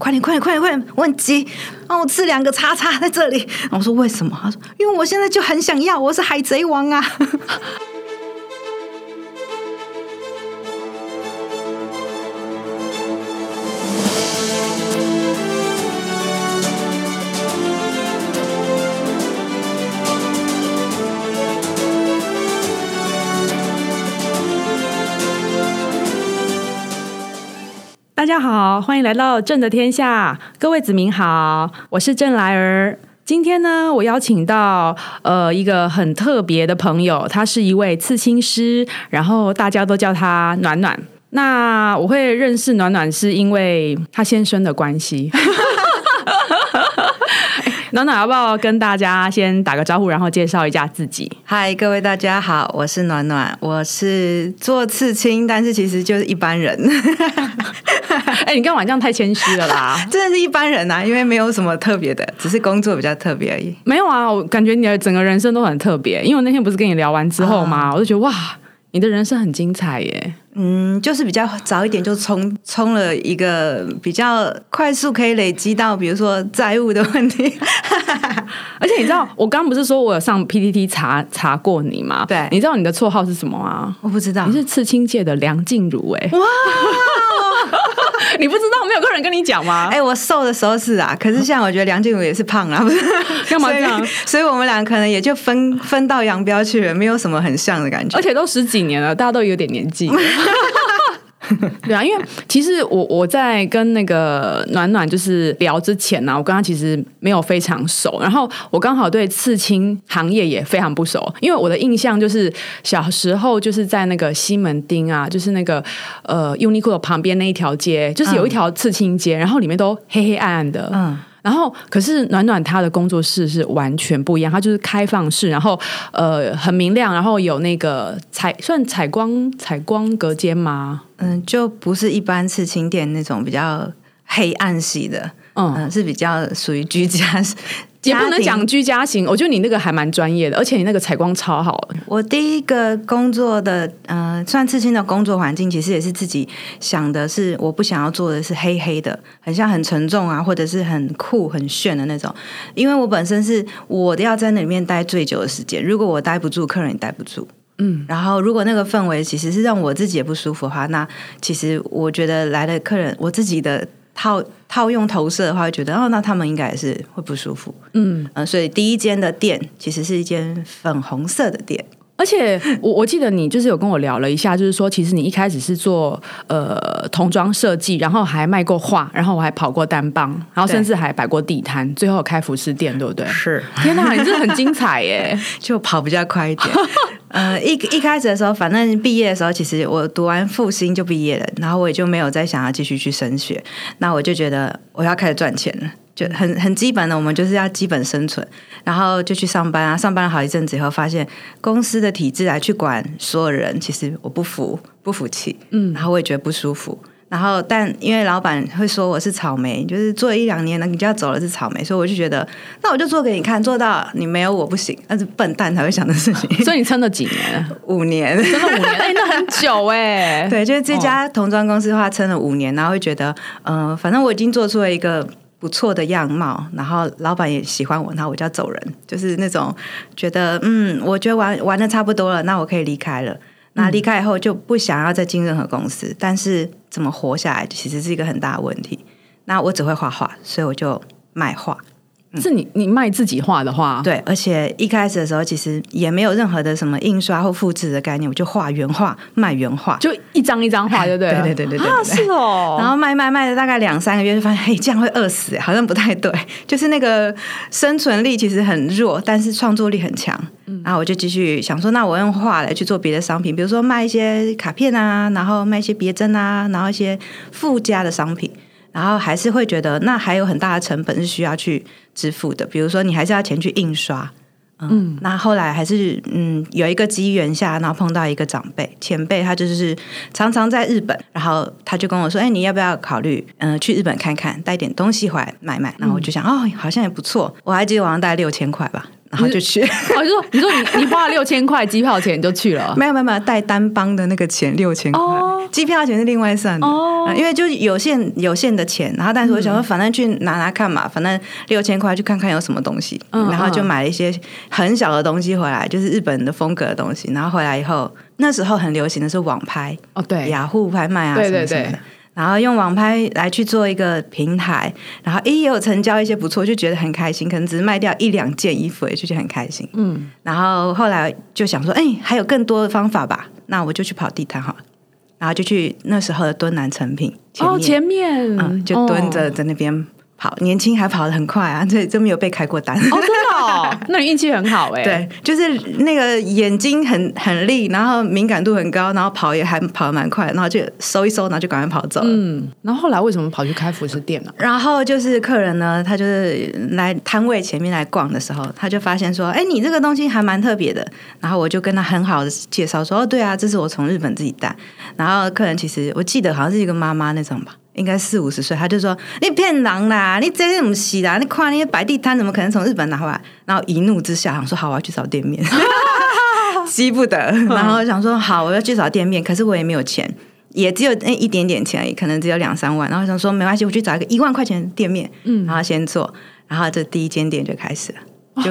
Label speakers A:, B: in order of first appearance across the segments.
A: 快点，我很急，让我吃2个叉叉在这里。然后我说为什么？他说因为我现在就很想要，我是海贼王啊。
B: 大家好，欢迎来到朕的天下，各位子民好，我是郑来儿。今天呢，我邀请到一个很特别的朋友，他是一位刺青师，然后大家都叫他暖暖。那我会认识暖暖是因为他先生的关系。暖暖要不要跟大家先打个招呼，然后介绍一下自己？
A: 嗨，各位大家好，我是暖暖，我是做刺青，但是其实就是一般人。
B: 你干嘛这样太谦虚了啦？
A: 真的是一般人啊，因为没有什么特别的，只是工作比较特别而已。
B: 没有啊，我感觉你的整个人生都很特别，因为我那天不是跟你聊完之后嘛，我就觉得哇，你的人生很精彩耶。
A: 就是比较早一点就冲了一个比较快速可以累积到比如说债务的问题。
B: 而且你知道我刚不是说我有上 PTT 查过你吗？
A: 对，
B: 你知道你的绰号是什么吗？
A: 我不知道。
B: 你是刺青界的梁静茹耶。哇。你不知道，没有个人跟你讲吗？
A: 我瘦的时候是啊，可是现在我觉得梁静茹也是胖啊，不是
B: 干嘛这样？
A: 所以我们俩可能也就分道扬镳去了，没有什么很像的感觉。
B: 而且都10几年了，大家都有点年纪。对啊，因为其实我在跟那个暖暖就是聊之前呢，我跟他其实没有非常熟，然后我刚好对刺青行业也非常不熟，因为我的印象就是小时候就是在那个西门町啊，就是那个Uniqlo 旁边那一条街，就是有一条刺青街，然后里面都黑黑暗暗的，然后可是暖暖他的工作室是完全不一样，他就是开放式，然后很明亮，然后有那个算采光隔间吗？
A: 就不是一般刺青店那种比较黑暗系的，是比较属于居家。
B: 也不能讲居家型，我觉得你那个还蛮专业的，而且你那个采光超好。
A: 我第一个工作的算刺青的工作环境，其实也是自己想的是，我不想要做的是黑黑的，很像很沉重啊，或者是很酷很炫的那种。因为我本身是我要在那里面待最久的时间，如果我待不住，客人也待不住。然后如果那个氛围其实是让我自己也不舒服的话，那其实我觉得来的客人，我自己的套用投射的话，会觉得那他们应该也是会不舒服。所以第一间的店其实是一间粉红色的店。
B: 而且我记得你就是有跟我聊了一下，就是说其实你一开始是做童装设计，然后还卖过画，然后我还跑过单帮，然后甚至还摆过地摊，最后开服饰店，对不对？
A: 是。
B: 天哪，你真的很精彩耶！
A: 就跑比较快一点。一开始的时候，反正毕业的时候，其实我读完复兴就毕业了，然后我也就没有再想要继续去升学，那我就觉得我要开始赚钱了。就很基本的，我们就是要基本生存，然后就去上班啊。上班了好一阵子以后，发现公司的体制来去管所有人，其实我不服气，然后我也觉得不舒服。然后但因为老板会说我是草莓，就是做了1-2年了，你就要走了是草莓，所以我就觉得那我就做给你看，做到你没有我不行，那是笨蛋才会想的事情。
B: 所以你撑了几年
A: ？5年，
B: 真的5年，那很久哎。
A: 对，就是这家童装公司的话撑了5年，然后会觉得反正我已经做出了一个不错的样貌，然后老板也喜欢我，然后我就要走人，就是那种觉得我觉得玩的差不多了，那我可以离开了。那离开以后就不想要再进任何公司，但是怎么活下来其实是一个很大的问题。那我只会画画，所以我就卖画。
B: 是你卖自己画的画？
A: 对，而且一开始的时候其实也没有任何的什么印刷或复制的概念，我就画原画，卖原画，
B: 就一张一张画，对不对？
A: 对
B: 啊，是哦。
A: 然后卖了大概2-3个月，就发现嘿，这样会饿死，好像不太对。就是那个生存力其实很弱，但是创作力很强。然后我就继续想说，那我用画来去做别的商品，比如说卖一些卡片啊，然后卖一些别针啊，然后一些附加的商品。然后还是会觉得那还有很大的成本是需要去支付的，比如说你还是要钱去印刷。那后来还是有一个机缘下，然后碰到一个长辈前辈，他就是常常在日本，然后他就跟我说你要不要考虑去日本看看，带点东西回来卖卖。然后我就想好像也不错，我还记得我好像带6000块吧， 然后就去。
B: 你说你花了6000块机票钱你就去了？
A: 没有带单帮的那个钱6000块，机票钱是另外算的。因为就有限的钱，然后但是我想说反正去拿看嘛，反正6000块去看看有什么东西，然后就买了一些很小的东西回来，就是日本的风格的东西。然后回来以后，那时候很流行的是网拍，
B: 对，
A: 雅虎拍卖啊，
B: 对对
A: 什么的。然后用网拍来去做一个平台，然后也有成交一些不错，就觉得很开心，可能只是卖掉1-2件衣服，也就觉得很开心。然后后来就想说，还有更多的方法吧，那我就去跑地摊好了。然后就去那时候的敦南成品
B: 前面，
A: 就蹲着在那边跑，年轻还跑得很快啊，所以就没有被开过单。
B: 真的那你运气很好
A: 对，就是那个眼睛很利，然后敏感度很高，然后跑也还跑得蛮快，然后就收一收，然后就赶快跑走了。
B: 然后后来为什么跑去开服饰店呢？
A: 然后就是客人呢，他就是来摊位前面来逛的时候，他就发现说，你这个东西还蛮特别的。然后我就跟他很好的介绍说，对啊，这是我从日本自己带。然后客人其实我记得好像是一个妈妈那种吧，应该40-50岁，他就说你骗人啦，你这些不是啦，你看那些摆地摊怎么可能从日本拿回来？然后一怒之下想说好，我要去找店面，急不得。然后想说好，我要去找店面，可是我也没有钱，也只有一点点钱而已，可能只有2-3万。然后想说没关系，我去找一个1万块钱的店面，然后先做，然后这第一间店就开始了。就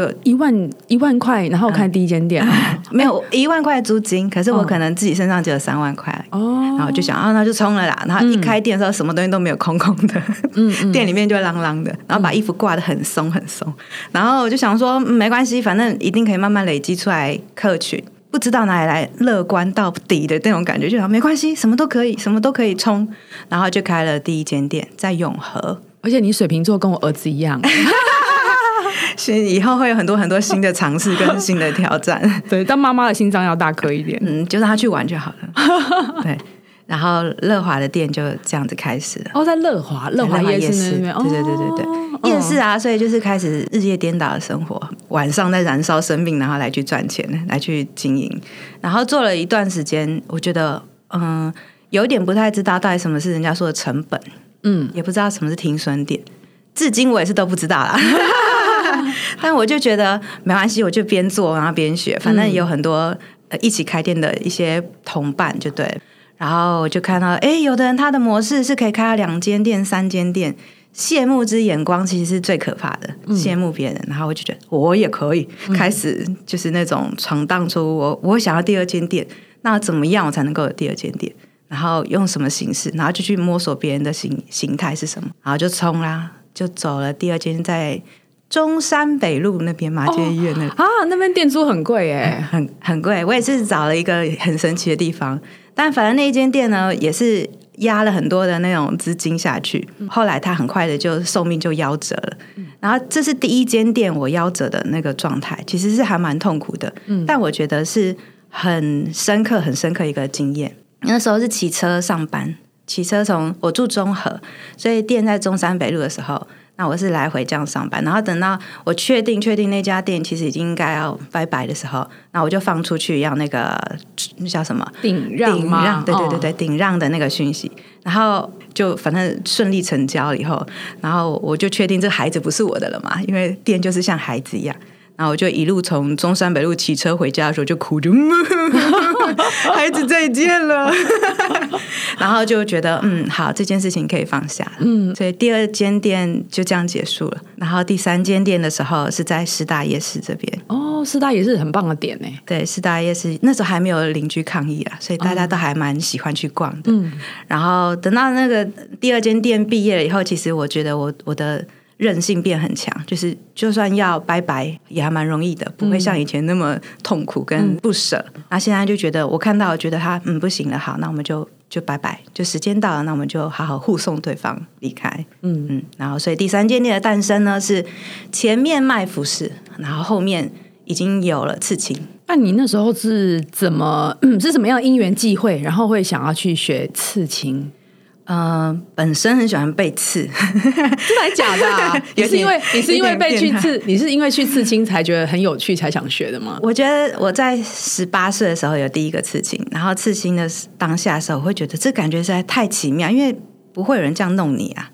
B: 1万块，然后开第一间店，
A: 没有1万块租金，可是我可能自己身上只有3万块，然后就想那就冲了啦。然后一开店的时候，什么东西都没有，空空的，店里面就啷啷的，然后把衣服挂得很松很松。然后我就想说，没关系，反正一定可以慢慢累积出来客群。不知道哪里来乐观到底的那种感觉，就想没关系，什么都可以，什么都可以冲。然后就开了第一间店，在永和。
B: 而且你水瓶座跟我儿子一样。
A: 所以以后会有很多很多新的尝试跟新的挑战。
B: 对，但妈妈的心脏要大颗一点。
A: 就让他去玩就好了。对，然后乐华的店就这样子开始了。
B: 在乐华夜市那边。
A: 对，夜市啊，所以就是开始日夜颠倒的生活，晚上在燃烧生命，然后来去赚钱，来去经营。然后做了一段时间，我觉得有点不太知道到底什么是人家说的成本，也不知道什么是停损点，至今我也是都不知道啦。但我就觉得没关系，我就边做然后边学，反正有很多一起开店的一些同伴就对了。然后我就看到有的人他的模式是可以开到2间店3间店，羡慕之眼光其实是最可怕的，羡慕别人。然后我就觉得我也可以开始就是那种闯荡出我想要第2间店，那怎么样我才能够有第2间店，然后用什么形式，然后就去摸索别人的形态是什么，然后就冲啦，就走了第2间在中山北路那边马偕医院
B: 那边店租很贵耶，
A: 很贵。我也是找了一个很神奇的地方，但反正那一间店呢也是压了很多的那种资金下去，后来它很快的就寿命就夭折了。然后这是第1间店我夭折的那个状态，其实是还蛮痛苦的，但我觉得是很深刻一个经验。那时候是骑车上班，骑车我住中和，所以店在中山北路的时候，那我是来回这样上班，然后等到我确定那家店其实已经应该要拜拜的时候，那我就放出去要那个叫什么
B: 顶让，
A: 对，顶让的那个讯息，然后就反正顺利成交了以后，然后我就确定这孩子不是我的了嘛，因为店就是像孩子一样。然后我就一路从中山北路骑车回家的时候就哭，就孩子再见了。然后就觉得好，这件事情可以放下了。所以第2间店就这样结束了。然后第3间店的时候是在师大夜市这边。
B: 师大也是很棒的点耶。
A: 对，师大夜市那时候还没有邻居抗议啦，所以大家都还蛮喜欢去逛的。然后等到那个第2间店毕业了以后，其实我觉得我的韧性变很强，就是就算要拜拜也还蛮容易的，不会像以前那么痛苦跟不舍。那现在就觉得我看到觉得他不行了，好，那我们就拜拜，就时间到了，那我们就好好护送对方离开。然后所以第3间店的诞生呢，是前面卖服饰，然后后面已经有了刺青。
B: 那你那时候是怎么是什么样的因缘际会，然后会想要去学刺青？
A: 本身很喜欢被刺。
B: 真的还假的你是因为被去刺，你是因为去刺青才觉得很有趣才想学的吗？
A: 我觉得我在18岁的时候有第1个刺青，然后刺青的当下的时候，我会觉得这感觉实在太奇妙，因为不会有人这样弄你啊。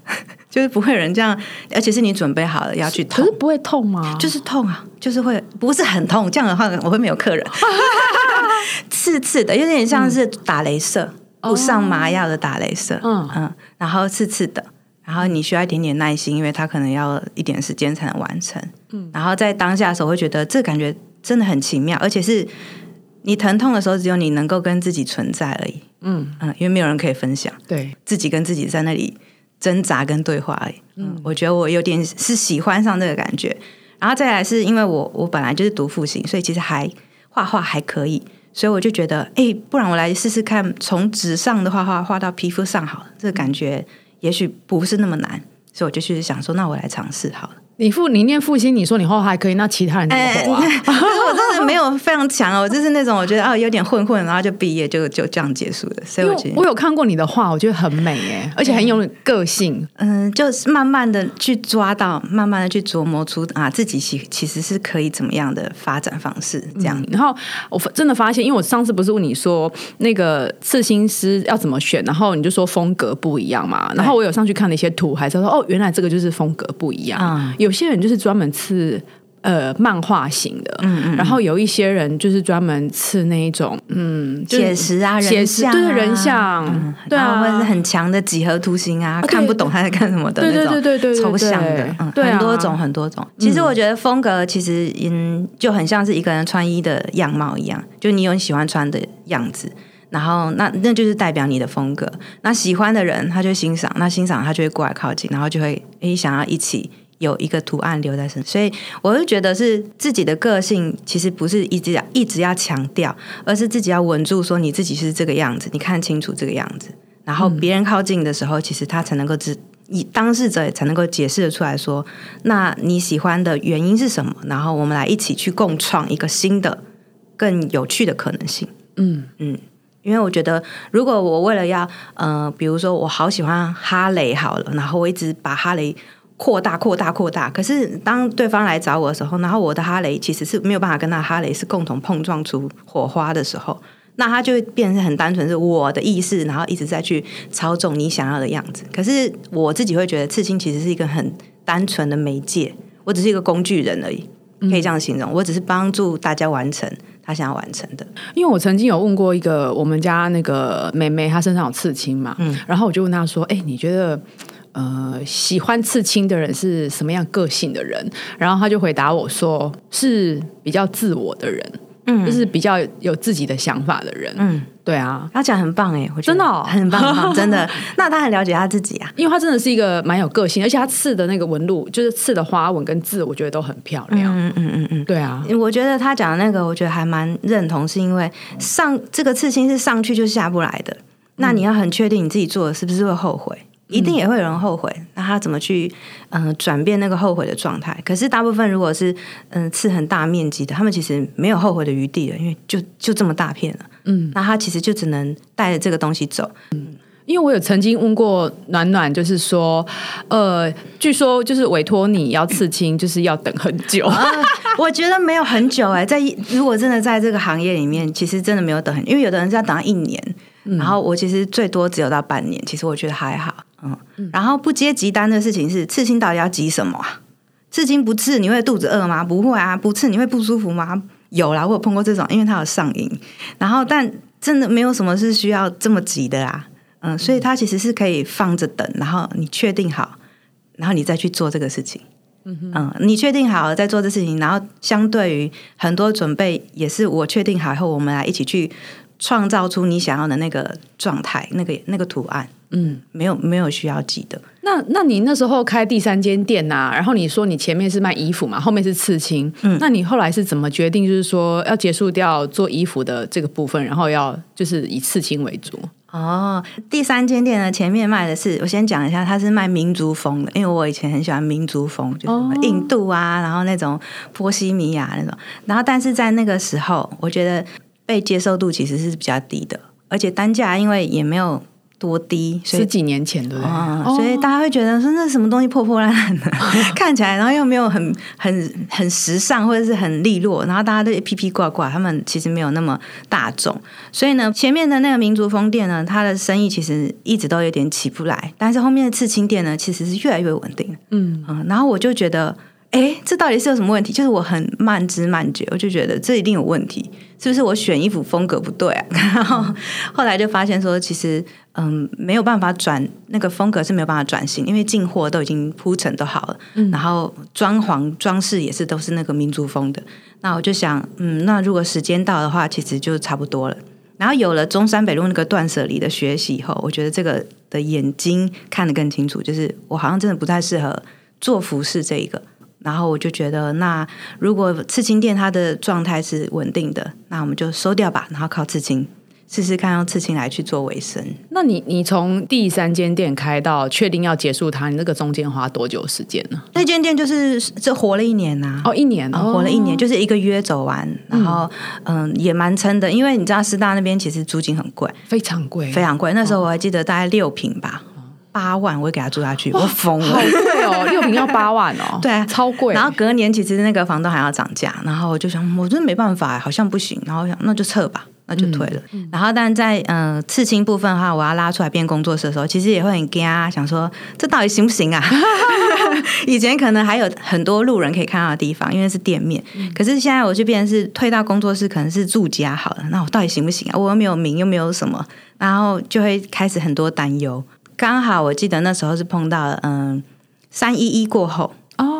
A: 就是不会有人这样，而且是你准备好了要去痛，
B: 可是不会痛吗？
A: 就是痛啊，就是会不是很痛，这样的话我会没有客人。刺刺的，有点像是打雷射，不上麻药的打雷射，然后刺刺的，然后你需要一点点耐心，因为它可能要一点时间才能完成。然后在当下的时候会觉得这感觉真的很奇妙，而且是你疼痛的时候只有你能够跟自己存在而已。因为没有人可以分享，
B: 对，
A: 自己跟自己在那里挣扎跟对话而已。我觉得我有点是喜欢上这个感觉。然后再来是因为我本来就是读复兴，所以其实画画还可以，所以我就觉得不然我来试试看从纸上的画画画到皮肤上好了，这个感觉也许不是那么难，所以我就去想说那我来尝试好了。
B: 你念复兴，你说你画还可以，那其他人怎么画啊？
A: 可是我真的没有非常强哦，我就是那种我觉得有点混，然后就毕业就这样结束的。所以
B: 我有看过你的画，我觉得很美耶，而且很有个性。
A: 就是慢慢的去抓到，慢慢的去琢磨出自己其实是可以怎么样的发展方式这样。
B: 然后我真的发现，因为我上次不是问你说那个刺青师要怎么选，然后你就说风格不一样嘛，然后我有上去看了一些图，还是说原来这个就是风格不一样。有些人就是专门刺漫画型的，然后有一些人就是专门刺那一种
A: 写实啊，人像啊，
B: 对人像，对啊，
A: 或者是很强的几何图形啊，看不懂他在干什么的那种，
B: 对
A: 抽象的，很多种。其实我觉得风格其实就很像是一个人穿衣的样貌一样，就你有你喜欢穿的样子。然后那就是代表你的风格，那喜欢的人他就欣赏，那欣赏他就会过来靠近，然后就会想要一起有一个图案留在身上。所以我就觉得是自己的个性其实不是一直要强调，而是自己要稳住说你自己是这个样子，你看清楚这个样子，然后别人靠近的时候其实他才能够当事者才能够解释得出来说那你喜欢的原因是什么，然后我们来一起去共创一个新的更有趣的可能性。因为我觉得如果我为了要比如说我好喜欢哈雷好了，然后我一直把哈雷扩大，可是当对方来找我的时候，然后我的哈雷其实是没有办法跟他哈雷是共同碰撞出火花的时候，那它就会变成很单纯是我的意识，然后一直在去操纵你想要的样子。可是我自己会觉得刺青其实是一个很单纯的媒介，我只是一个工具人而已，可以这样形容，我只是帮助大家完成他想要完成的。
B: 因为我曾经有问过一个我们家那个妹妹，她身上有刺青嘛，然后我就问她说你觉得喜欢刺青的人是什么样个性的人？然后她就回答我说是比较自我的人，就是比较有自己的想法的人。对啊，
A: 他讲很棒我觉得
B: 真的
A: 很棒真的。那他很了解他自己啊，
B: 因为他真的是一个蛮有个性，而且他刺的那个纹路，就是刺的花纹跟字，我觉得都很漂亮。对啊，
A: 我觉得他讲的那个，我觉得还蛮认同，是因为这个刺青是上去就下不来的，那你要很确定你自己做的是不是会后悔。一定也会有人后悔，那他怎么去转变那个后悔的状态？可是大部分如果是刺很大面积的，他们其实没有后悔的余地了，因为就这么大片了。那他其实就只能带着这个东西走。
B: 因为我有曾经问过暖暖，就是说据说就是委托你要刺青就是要等很久。
A: 我觉得没有很久如果真的在这个行业里面，其实真的没有等很久，因为有的人是要等到1年，然后我其实最多只有到半年，其实我觉得还好。然后不接急单的事情是刺青到底要急什么啊？刺青不刺你会肚子饿吗？不会啊。不刺你会不舒服吗？有啦，我有碰过这种，因为它有上瘾。然后但真的没有什么是需要这么急的啦。所以它其实是可以放着等，然后你确定好，然后你再去做这个事情。你确定好再做这事情，然后相对于很多准备也是我确定好以后，我们来一起去创造出你想要的那个状态，那个图案。没有需要急的。
B: 那你那时候开第3间店啊，然后你说你前面是卖衣服嘛，后面是刺青，那你后来是怎么决定就是说要结束掉做衣服的这个部分，然后要就是以刺青为主？
A: 第3间店呢，前面卖的是，我先讲一下，它是卖民族风的，因为我以前很喜欢民族风，就是印度啊，然后那种波西米亚那种，然后但是在那个时候，我觉得被接受度其实是比较低的，而且单价因为也没有多低，所以
B: 10几年前对不对？
A: 所以大家会觉得说那什么东西破破烂烂的，看起来然后又没有很时尚或者是很利落，然后大家都披披挂挂，他们其实没有那么大众。所以呢，前面的那个民族风店呢，它的生意其实一直都有点起不来，但是后面的刺青店呢，其实是越来越稳定。然后我就觉得，这到底是有什么问题？就是我很慢知慢觉，我就觉得这一定有问题，是不是我选衣服风格不对啊？然后后来就发现说，其实没有办法转那个风格是没有办法转型，因为进货都已经铺陈都好了，然后装潢装饰也是都是那个民族风的。那我就想，那如果时间到的话，其实就差不多了。然后有了中山北路那个断舍离的学习以后，我觉得这个的眼睛看得更清楚，就是我好像真的不太适合做服饰这一个。然后我就觉得，那如果刺青店它的状态是稳定的，那我们就收掉吧，然后靠刺青试试看用刺青来去做维生。
B: 那你从第3间店开到确定要结束它，你那个中间花多久时间呢？
A: 那间店就是这活了1年啊。
B: 1年
A: 活了1年，就是1个月走完，然后也蛮撑的，因为你知道师大那边其实租金很贵，
B: 非常贵，
A: 非常贵。那时候我还记得大概6坪吧。8万我会给他住下去，我疯了，
B: 好贵哦，6坪要8万哦，
A: 对，
B: 超贵。
A: 然后隔年其实那个房东还要涨价，然后我就想，我真的没办法，好像不行，然后我想那就撤吧，那就退了。然后但在刺青部分的话，我要拉出来变工作室的时候，其实也会很惊啊，想说这到底行不行啊？以前可能还有很多路人可以看到的地方，因为是店面，可是现在我就变成是退到工作室，可能是住家好了，那我到底行不行啊？我又没有名，又没有什么，然后就会开始很多担忧。刚好我记得那时候是碰到了311过后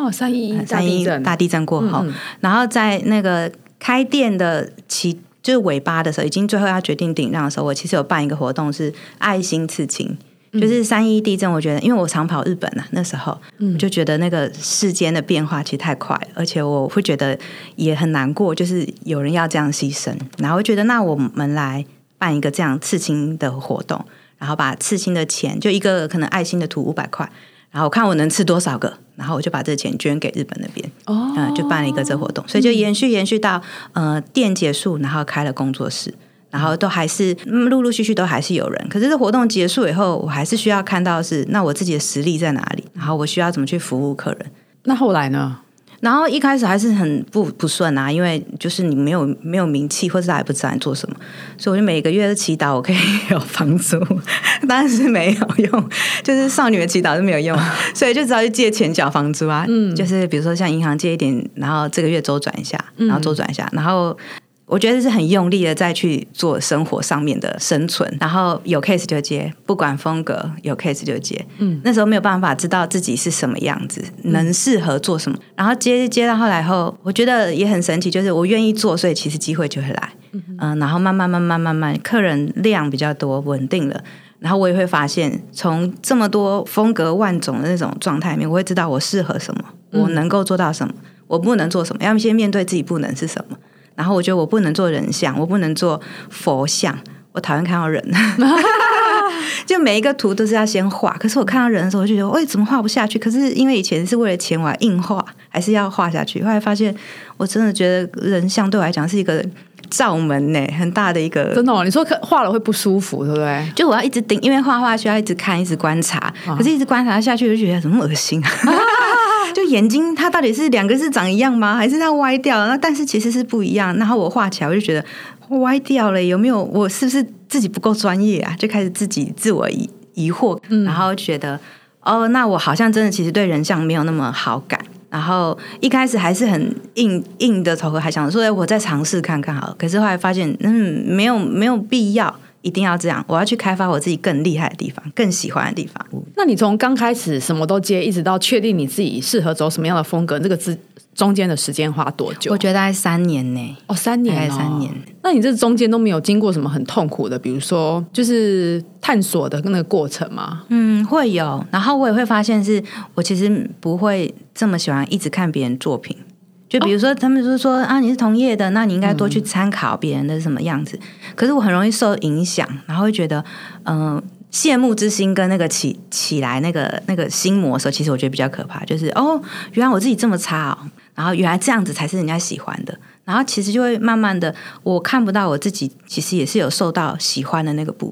B: 311
A: 大地震过后，然后在那个开店的就是尾巴的时候，已经最后要决定顶让的时候，我其实有办一个活动是爱心刺青。就是311地震，我觉得因为我常跑日本啊，那时候我就觉得那个世间的变化其实太快了，而且我会觉得也很难过，就是有人要这样牺牲，然后我觉得那我们来办一个这样刺青的活动，然后把刺青的钱，就一个可能爱心的图500块，然后我看我能刺多少个，然后我就把这钱捐给日本那边，就办了一个这活动，所以就延续到店结束，然后开了工作室，然后都还是陆陆续续都还是有人，可是这活动结束以后，我还是需要看到是那我自己的实力在哪里，然后我需要怎么去服务客人。
B: 那后来呢？
A: 然后一开始还是很不顺啊，因为就是你没有名气，或者大家也不知道你做什么，所以我就每个月都祈祷我可以有房租，当然是没有用，就是少女的祈祷是没有用，所以就只好去借钱缴房租啊。就是比如说像银行借一点，然后这个月周转一下，然后周转一下，然后我觉得是很用力的再去做生活上面的生存，然后有 case 就接，不管风格，有 case 就接。那时候没有办法知道自己是什么样子，能适合做什么，然后接到后来后，我觉得也很神奇，就是我愿意做，所以其实机会就会来。然后慢慢，客人量比较多，稳定了。然后我也会发现，从这么多风格万种的那种状态里面，我会知道我适合什么，我能够做到什么，我不能做什么，要先面对自己不能是什么。然后我觉得我不能做人像，我不能做佛像，我讨厌看到人。就每一个图都是要先画，可是我看到人的时候，我就觉得，怎么画不下去？可是因为以前是为了钱，我要硬画，还是要画下去。后来发现，我真的觉得人像对我来讲是一个罩门呢，很大的一个。
B: 真的哦，你说画了会不舒服，对不对？
A: 就我要一直盯，因为画画需要一直看，一直观察，可是一直观察下去，就觉得怎么恶心啊！就眼睛它到底是两个是长一样吗？还是它歪掉了？那但是其实是不一样。然后我画起来，我就觉得歪掉了，有没有？我是不是自己不够专业啊？就开始自我疑惑，然后觉得那我好像真的其实对人像没有那么好感。然后一开始还是很硬的头壳，还想说我再尝试看看好了。可是后来发现，没有必要。一定要这样，我要去开发我自己更厉害的地方，更喜欢的地方。
B: 那你从刚开始什么都接，一直到确定你自己适合走什么样的风格，这个中间的时间花多久？
A: 我觉得大概3年呢。
B: 3年
A: 大概3年。
B: 那你这中间都没有经过什么很痛苦的，比如说就是探索的那个过程吗？
A: 会有。然后我也会发现是我其实不会这么喜欢一直看别人作品。就比如说他们就说你是同业的，那你应该多去参考别人的什么样子。可是我很容易受影响，然后会觉得羡慕之心跟那个起来那个心魔的时候，其实我觉得比较可怕，就是原来我自己这么差然后原来这样子才是人家喜欢的，然后其实就会慢慢的我看不到我自己其实也是有受到喜欢的那个部分。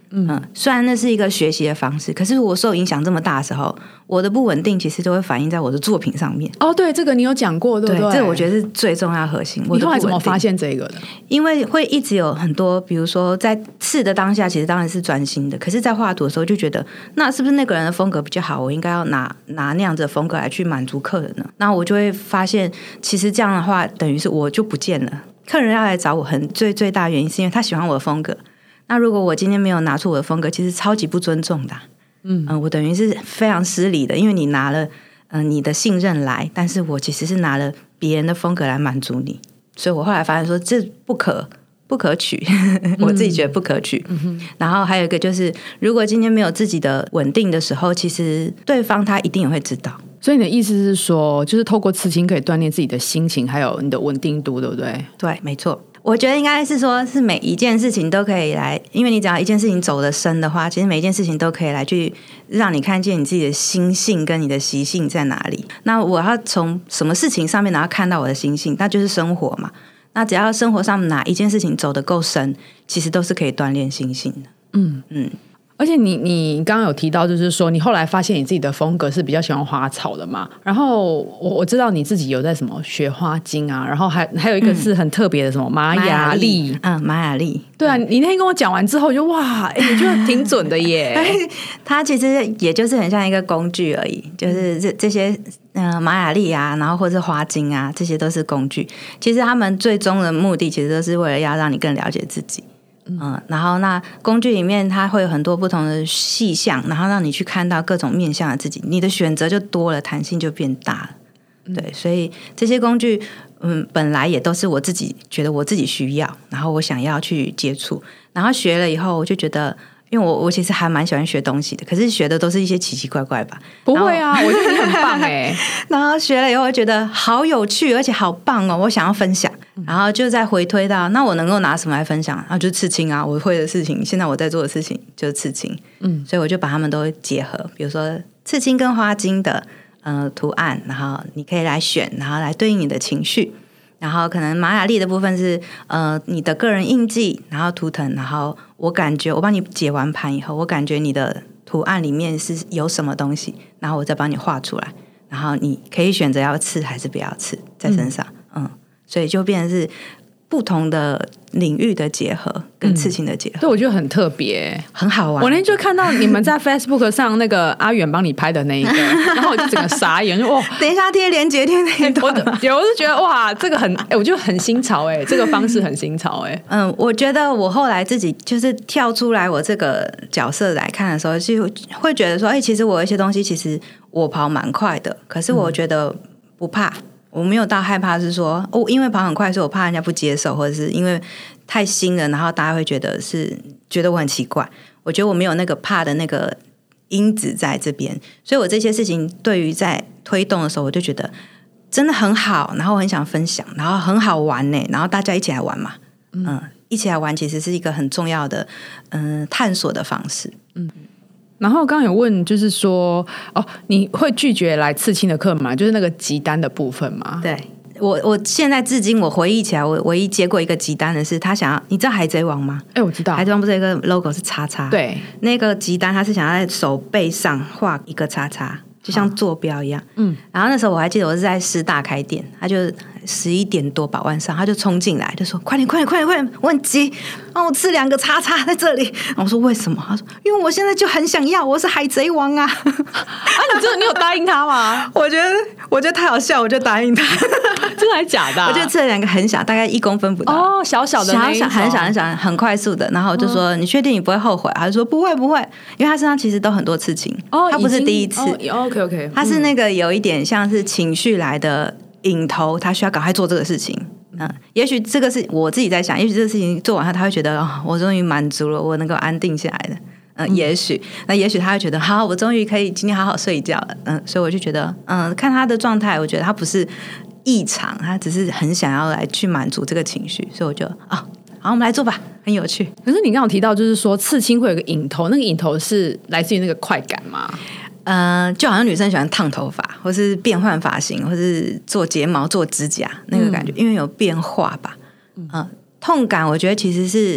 A: 虽然那是一个学习的方式，可是我受影响这么大的时候，我的不稳定其实都会反映在我的作品上面。
B: 哦，对，这个你有讲过，对不对？
A: 这个我觉得是最重要的核心。
B: 你后来怎么发现这个的？
A: 因为会一直有很多，比如说在试的当下，其实当然是专心的，可是在画图的时候就觉得，那是不是那个人的风格比较好，我应该要拿那样子的风格来去满足客人呢？那我就会发现，其实这样的话，等于是我就不见了。客人要来找我，最大的原因是因为他喜欢我的风格。那如果我今天没有拿出我的风格，其实超级不尊重的我等于是非常失礼的，因为你拿了你的信任来，但是我其实是拿了别人的风格来满足你，所以我后来发现说这不可取我自己觉得不可取然后还有一个就是，如果今天没有自己的稳定的时候，其实对方他一定也会知道。
B: 所以你的意思是说，就是透过刺青可以锻炼自己的心情，还有你的稳定度，对不对？
A: 对，没错。我觉得应该是说，是每一件事情都可以来，因为你只要一件事情走得深的话，其实每一件事情都可以来去让你看见你自己的心性跟你的习性在哪里。那我要从什么事情上面然后看到我的心性，那就是生活嘛。那只要生活上哪一件事情走得够深，其实都是可以锻炼心性的。
B: 而且你刚刚有提到，就是说你后来发现你自己的风格是比较喜欢花草的嘛，然后我知道你自己有在什么学花精啊，然后还有一个是很特别的什么玛雅历，
A: 玛雅历，
B: 对啊，你那天跟我讲完之后，我就哇，我觉得挺准的耶。
A: 它其实也就是很像一个工具而已，就是这些玛雅历啊，然后或是花精啊，这些都是工具。其实他们最终的目的，其实都是为了要让你更了解自己。然后那工具里面它会有很多不同的细项，然后让你去看到各种面向的自己，你的选择就多了，弹性就变大了。对，所以这些工具本来也都是我自己觉得我自己需要，然后我想要去接触，然后学了以后我就觉得，因为我其实还蛮喜欢学东西的，可是学的都是一些奇奇怪怪吧。
B: 不会啊，我觉得你很棒哎。
A: 然后学了以后我觉得好有趣，而且好棒哦，我想要分享。然后就再回推到，那我能够拿什么来分享啊？就是刺青啊，我会的事情，现在我在做的事情就是刺青。所以我就把它们都结合，比如说刺青跟花精的图案，然后你可以来选，然后来对应你的情绪。然后可能玛雅历的部分是你的个人印记，然后图腾，然后我感觉我帮你解完盘以后，我感觉你的图案里面是有什么东西，然后我再帮你画出来，然后你可以选择要刺还是不要刺在身上。所以就变成是不同的领域的结合跟刺青的结合。
B: 对，我觉得很特别，
A: 很好玩。
B: 我那天就看到你们在 Facebook 上那个阿远帮你拍的那一个然后我就整个傻眼，就哇，
A: 等一下贴连结贴那一段
B: 我就觉得哇，这个很我觉得很新潮这个方式很新潮
A: 我觉得我后来自己就是跳出来我这个角色来看的时候，就会觉得说其实我有一些东西其实我跑蛮快的，可是我觉得不怕，我没有到害怕，是说因为跑很快，所以我怕人家不接受，或者是因为太新了，然后大家会觉得我很奇怪。我觉得我没有那个怕的那个因子在这边，所以我这些事情对于在推动的时候，我就觉得真的很好，然后我很想分享，然后很好玩呢，然后大家一起来玩嘛，一起来玩其实是一个很重要的探索的方式。
B: 然后刚刚有问，就是说你会拒绝来刺青的客吗？就是那个集单的部分嘛？
A: 对，我现在至今我回忆起来，我唯一接过一个集单的是他想要，你知道海贼王吗？
B: 我知道
A: 海贼王不是有一个 logo 是叉叉？对，那个集单他是想要在手背上画一个叉叉，就像坐标一样。然后那时候我还记得我是在师大开店，他就11点多吧，晚上他就冲进来就说快点，我很急，帮我刺2个叉叉在这里。然后我说为什么？他说因为我现在就很想要，我是海贼王啊。
B: 你有答应他吗？
A: 我觉得太好笑，我就答应他。
B: 真的还假的？
A: 我就刺了2个很小，大概1公分不到，
B: 小小的那一种，
A: 很小很快速的。然后我就说你确定你不会后悔？他就说不会，因为他身上其实都很多刺青，他不是第一次。
B: OK，
A: 他是那个有一点像是情绪来的引头，他需要赶快做这个事情。也许这个是我自己在想，也许这个事情做完他会觉得我终于满足了，我能够安定下来的。也许他会觉得好，我终于可以今天好好睡一觉了。所以我就觉得看他的状态，我觉得他不是异常，他只是很想要来去满足这个情绪，所以我就好，我们来做吧，很有趣。
B: 可是你刚刚有提到，就是说刺青会有个引头，那个引头是来自于那个快感吗？
A: 就好像女生喜欢烫头发，或是变换发型，或是做睫毛、做指甲那个感觉，因为有变化吧。痛感我觉得其实是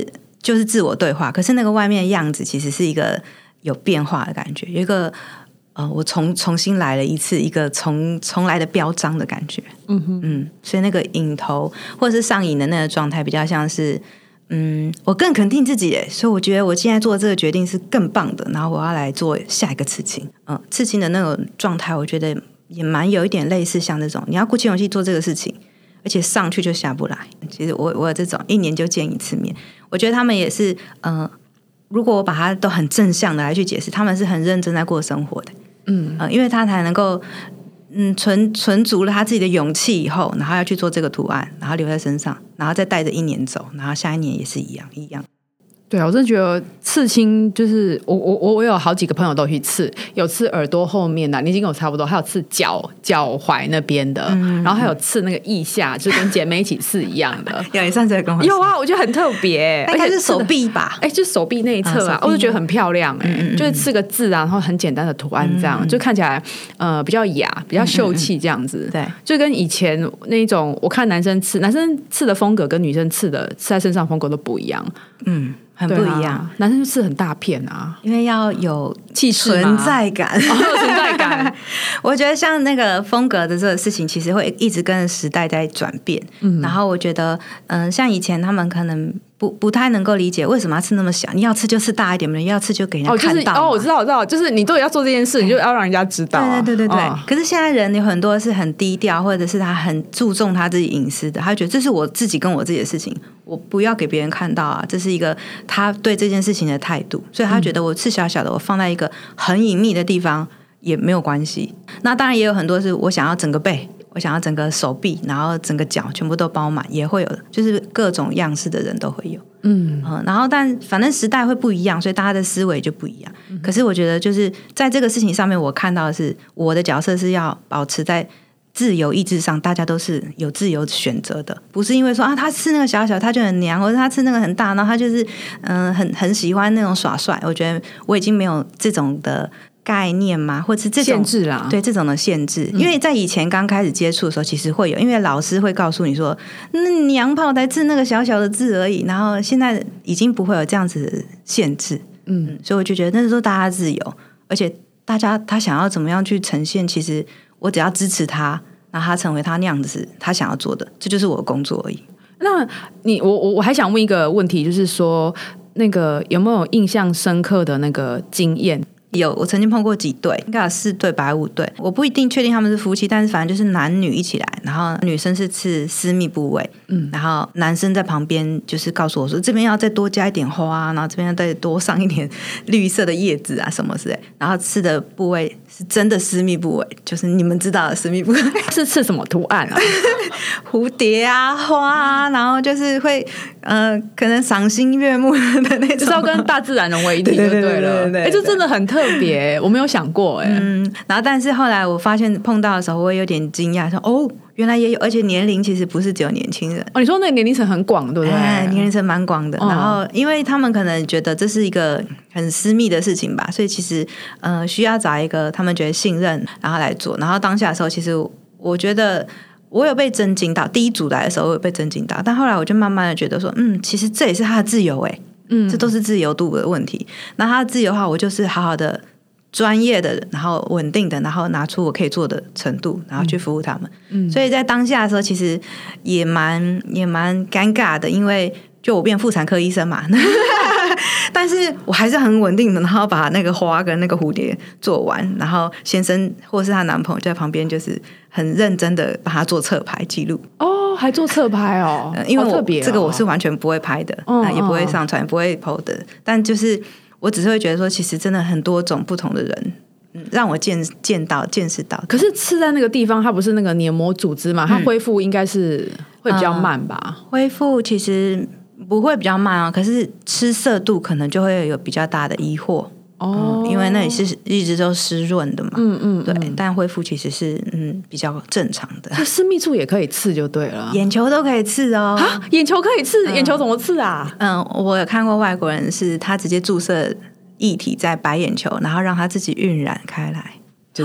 A: 就是自我对话，可是那个外面的样子其实是一个有变化的感觉，有一个我重新来了一次，一个重来的标章的感觉。所以那个瘾头或者是上瘾的那个状态比较像是我更肯定自己耶，所以我觉得我现在做这个决定是更棒的，然后我要来做下一个刺青。刺青的那种状态我觉得也蛮有一点类似像这种你要鼓起勇气做这个事情，而且上去就下不来。其实我有这种1年就见一次面，我觉得他们也是如果我把它都很正向的来去解释，他们是很认真在过生活的。因为他才能够存足了他自己的勇气以后，然后要去做这个图案，然后留在身上，然后再带着1年走，然后下1年也是一样。
B: 对啊，我真的觉得刺青就是我有好几个朋友都去刺，有刺耳朵后面的，年纪跟我差不多，还有刺脚踝那边的，然后还有刺那个腋下，就跟姐妹一起刺一样的。
A: 有，你上次跟我
B: 有啊，我觉得很特别，
A: 应该是手臂吧？
B: 就是手臂那一侧啊，我就觉得很漂亮就是刺个字啊，然后很简单的图案，这样就看起来比较雅，比较秀气这样子。
A: 对，
B: 就跟以前那一种，我看男生刺的风格跟女生刺在身上风格都不一样。
A: 很不一样，
B: 男生就刺很大片啊，
A: 因为要有
B: 气势、
A: 存在感。
B: 有存在感。
A: 我觉得像那个风格的这个事情，其实会一直跟着时代在转变。然后我觉得，像以前他们可能不太能够理解为什么要刺那么小，你要刺就刺大一点嘛，你要刺就给人家看到。
B: 我知道，就是你都要做这件事，你就要让人家知道。
A: 对。可是现在人有很多是很低调，或者是他很注重他自己隐私的，他觉得这是我自己跟我自己的事情，我不要给别人看到啊，这是一个他对这件事情的态度，所以他觉得我刺小小的，我放在一个很隐秘的地方也没有关系。那当然也有很多是我想要整个背，我想要整个手臂，然后整个脚全部都包满，也会有，就是各种样式的人都会有。然后但反正时代会不一样，所以大家的思维就不一样。可是我觉得就是在这个事情上面，我看到的是我的角色是要保持在自由意志上，大家都是有自由选择的，不是因为说他吃那个小小他就很娘，或者他吃那个很大，然后他就是很喜欢那种耍帅。我觉得我已经没有这种的概念嘛，或者是这种
B: 限制啦，
A: 对这种的限制。因为在以前刚开始接触的时候，其实会有，因为老师会告诉你说，那娘炮才字那个小小的字而已，然后现在已经不会有这样子的限制。所以我就觉得那时候大家自由，而且大家他想要怎么样去呈现，其实我只要支持他，然后他成为他那样子他想要做的，这就是我的工作而已。
B: 那我还想问一个问题，就是说那个有没有印象深刻的那个经验？
A: 有，我曾经碰过几对，应该有4对吧，5对，我不一定确定他们是夫妻，但是反正就是男女一起来，然后女生是刺私密部位，然后男生在旁边就是告诉我说这边要再多加一点花，然后这边要再多上一点绿色的叶子啊什么之类，然后刺的部位是真的私密部位，就是你们知道的私密部位。
B: 是刺什么图案啊？
A: 蝴蝶啊，花啊，然后就是会可能赏心悦目的那种，
B: 就是要跟大自然融为一体就对了。这真的很特别，我没有想过
A: 然后但是后来我发现碰到的时候，我有点惊讶，说原来也有，而且年龄其实不是只有年轻人。
B: 你说那个年龄层很广，对不对？
A: 年龄层蛮广的。然后因为他们可能觉得这是一个很私密的事情吧，所以其实需要找一个他们觉得信任，然后来做。然后当下的时候，其实我觉得我有被震惊到，第一组来的时候我有被震惊到，但后来我就慢慢的觉得说，其实这也是他的自由这都是自由度的问题。那他的自由的话，我就是好好的专业的，然后稳定的，然后拿出我可以做的程度，然后去服务他们。所以在当下的时候，其实也蛮尴尬的，因为就我变妇产科医生嘛。但是我还是很稳定的，然后把那个花跟那个蝴蝶做完，然后先生或是她男朋友就在旁边就是很认真的把它做侧拍记录。
B: 还做侧拍
A: 因为这个我是完全不会拍的，也不会上传，也不会 PO 的，但就是我只是会觉得说其实真的很多种不同的人，让我见识到。
B: 可是刺在那个地方它不是那个黏膜组织嘛，它恢复应该是会比较慢吧？
A: 恢复其实不会比较慢可是吃色度可能就会有比较大的疑惑因为那里是一直都湿润的嘛，对，但恢复其实是比较正常的。
B: 私密处也可以刺就对了，
A: 眼球都可以刺
B: 眼球可以刺，眼球怎么刺啊？
A: 我有看过外国人是他直接注射液体在白眼球，然后让他自己晕染开来，就这种。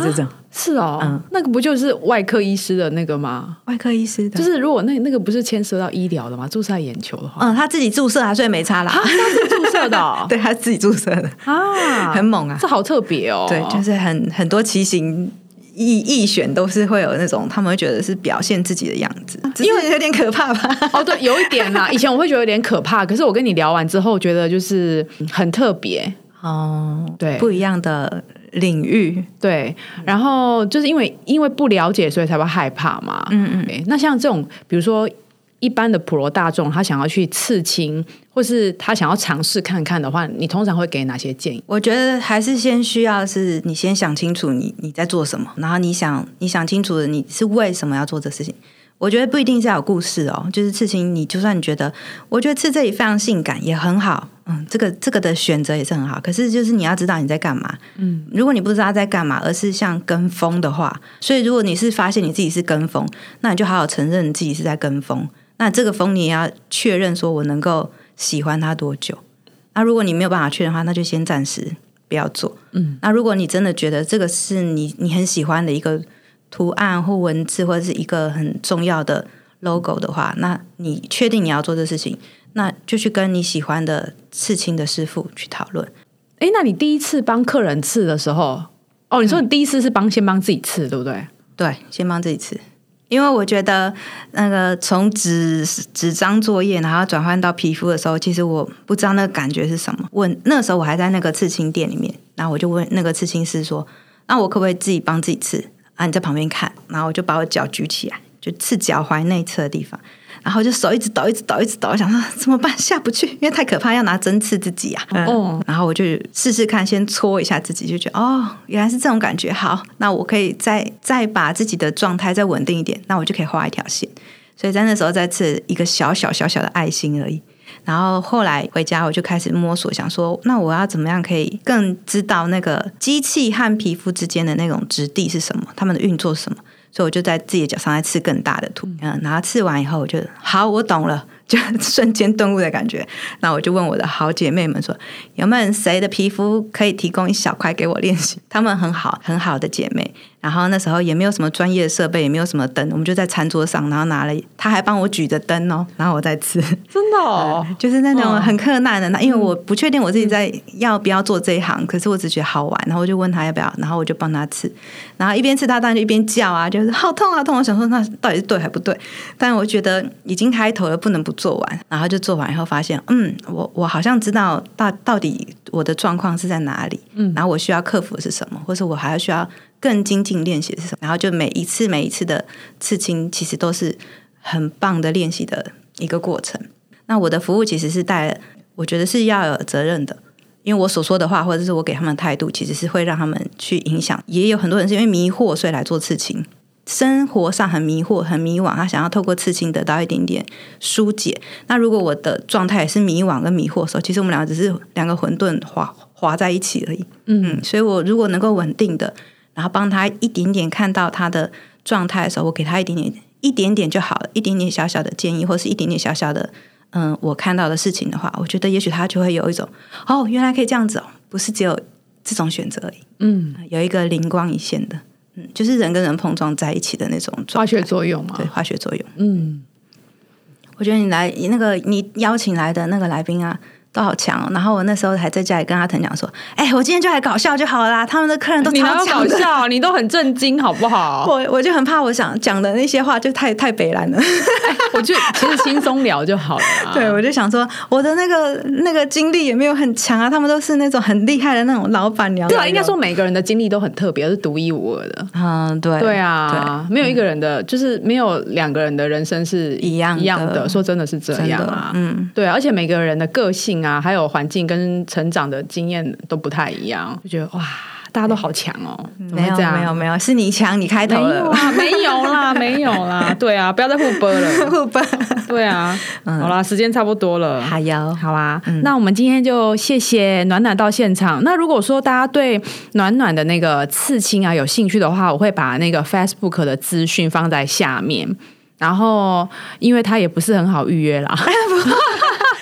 B: 是哦，那个不就是外科医师的那个吗？
A: 外科医师的，
B: 就是如果那个不是牵涉到医疗的吗？注射眼球的话，
A: 他自己注射啊，所以没差啦。
B: 他自己注射的、哦，
A: 对，他自己注射的啊，很猛啊，
B: 这好特别哦。
A: 对，就是很多奇形异选都是会有那种，他们会觉得是表现自己的样子，因为有点可怕吧？
B: 哦，对，有一点啦。以前我会觉得有点可怕，可是我跟你聊完之后，觉得就是很特别
A: 哦，
B: 对，
A: 不一样的领域，
B: 对。然后就是因为不了解，所以才会害怕嘛。那像这种，比如说一般的普罗大众，他想要去刺青，或是他想要尝试看看的话，你通常会给哪些建议？
A: 我觉得还是先需要是你先想清楚你在做什么，然后你想清楚了你是为什么要做这事情。我觉得不一定是要有故事哦，就是刺青，你就算你觉得，我觉得刺这里非常性感也很好，这个的选择也是很好。可是就是你要知道你在干嘛，如果你不知道在干嘛，而是像跟风的话，所以如果你是发现你自己是跟风，那你就好好承认你自己是在跟风。那这个风你也要确认说我能够喜欢它多久。那如果你没有办法确认的话，那就先暂时不要做。那如果你真的觉得这个是你很喜欢的一个图案或文字或者是一个很重要的 logo 的话，那你确定你要做这事情，那就去跟你喜欢的刺青的师傅去讨论。
B: 那你第一次帮客人刺的时候，你说你第一次是先帮自己刺，对不对？
A: 对，先帮自己刺。因为我觉得那个从纸张作业然后转换到皮肤的时候，其实我不知道那个感觉是什么。那时候我还在那个刺青店里面，然后我就问那个刺青师说，那我可不可以自己帮自己刺啊？你在旁边看，然后我就把我脚举起来，就刺脚踝内侧的地方，然后就手一直抖，想说怎么办，下不去，因为太可怕，要拿针刺自己啊。然后我就试试看，先搓一下自己，就觉得原来是这种感觉。好，那我可以再把自己的状态再稳定一点，那我就可以画一条线。所以在那时候再刺一个小小的爱心而已。然后后来回家我就开始摸索，想说那我要怎么样可以更知道那个机器和皮肤之间的那种质地是什么，他们的运作是什么。所以我就在自己的脚上再刺更大的图，然后刺完以后我就好，我懂了，就瞬间顿悟的感觉。那我就问我的好姐妹们说，有没有谁的皮肤可以提供一小块给我练习？她们很好的姐妹。然后那时候也没有什么专业的设备，也没有什么灯，我们就在餐桌上，然后拿了，她还帮我举着灯哦，然后我在刺。
B: 真的哦，
A: 就是那种很困难的。因为我不确定我自己在要不要做这一行，可是我只觉得好玩，然后我就问她要不要，然后我就帮她刺，然后一边刺她当然就一边叫啊，就是好痛啊痛！我想说那到底是对还不对？但我觉得已经开头了，不能不做完。然后就做完以后发现，我好像知道到底我的状况是在哪里，然后我需要克服的是什么，或是我还需要更精进练习的是什么。然后就每一次的刺青其实都是很棒的练习的一个过程。那我的服务其实是我觉得是要有责任的，因为我所说的话或者是我给他们的态度，其实是会让他们去影响。也有很多人是因为迷惑所以来做刺青，生活上很迷惑很迷惘，他想要透过刺青得到一点点疏解。那如果我的状态也是迷惘跟迷惑的时候，其实我们两个只是两个混沌滑在一起而已。所以我如果能够稳定的，然后帮他一点点看到他的状态的时候，我给他一点点就好了，一点点小小的建议，或是一点点小小的我看到的事情的话，我觉得也许他就会有一种原来可以这样子不是只有这种选择而已。有一个灵光一现的，就是人跟人碰撞在一起的那种
B: 化学作用嘛。
A: 对，化学作用。我觉得你邀请来的那个来宾啊都好强哦。然后我那时候还在家里跟阿腾讲说，我今天就来搞笑就好啦，他们的客人都超强的。
B: 你哪有搞笑，你都很震惊好不好？
A: 我就很怕我想讲的那些话就太北蓝了。
B: 我就其实轻松聊就好了
A: 对，我就想说我的那个经历也没有很强啊，他们都是那种很厉害的那种老板娘。
B: 对啊，应该说每个人的经历都很特别，是独一无二的。对啊，没有一个人的就是没有两个人的人生是一样的，说真的是这样啊。对啊，而且每个人的个性啊还有环境跟成长的经验都不太一样，就觉得哇大家都好强哦。
A: 没有，是你强，你开头了。
B: 没有啦，对啊，不要再互播了。
A: 互播，
B: 对啊。好啦，时间差不多了。好啊。那我们今天就谢谢暖暖到现场。那如果说大家对暖暖的那个刺青啊有兴趣的话，我会把那个 Facebook 的资讯放在下面。然后因为他也不是很好预约啦。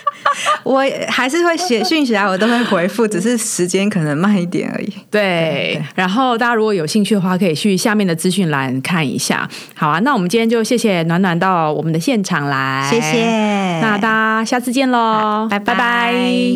A: 我还是会写讯息来，我都会回复，只是时间可能慢一点而已。
B: 对，然后大家如果有兴趣的话，可以去下面的资讯栏看一下。好啊，那我们今天就谢谢暖暖到我们的现场来，
A: 谢谢。
B: 那大家下次见咯，
A: 拜拜。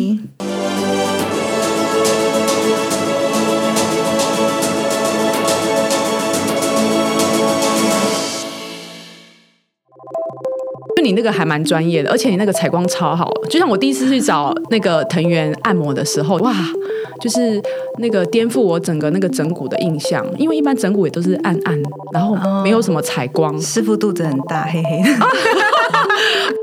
B: 就你那个还蛮专业的，而且你那个采光超好，就像我第一次去找那个藤原按摩的时候，哇，就是那个颠覆我整个那个整骨的印象，因为一般整骨也都是暗暗，然后没有什么采光。
A: 师傅肚子很大，黑黑的。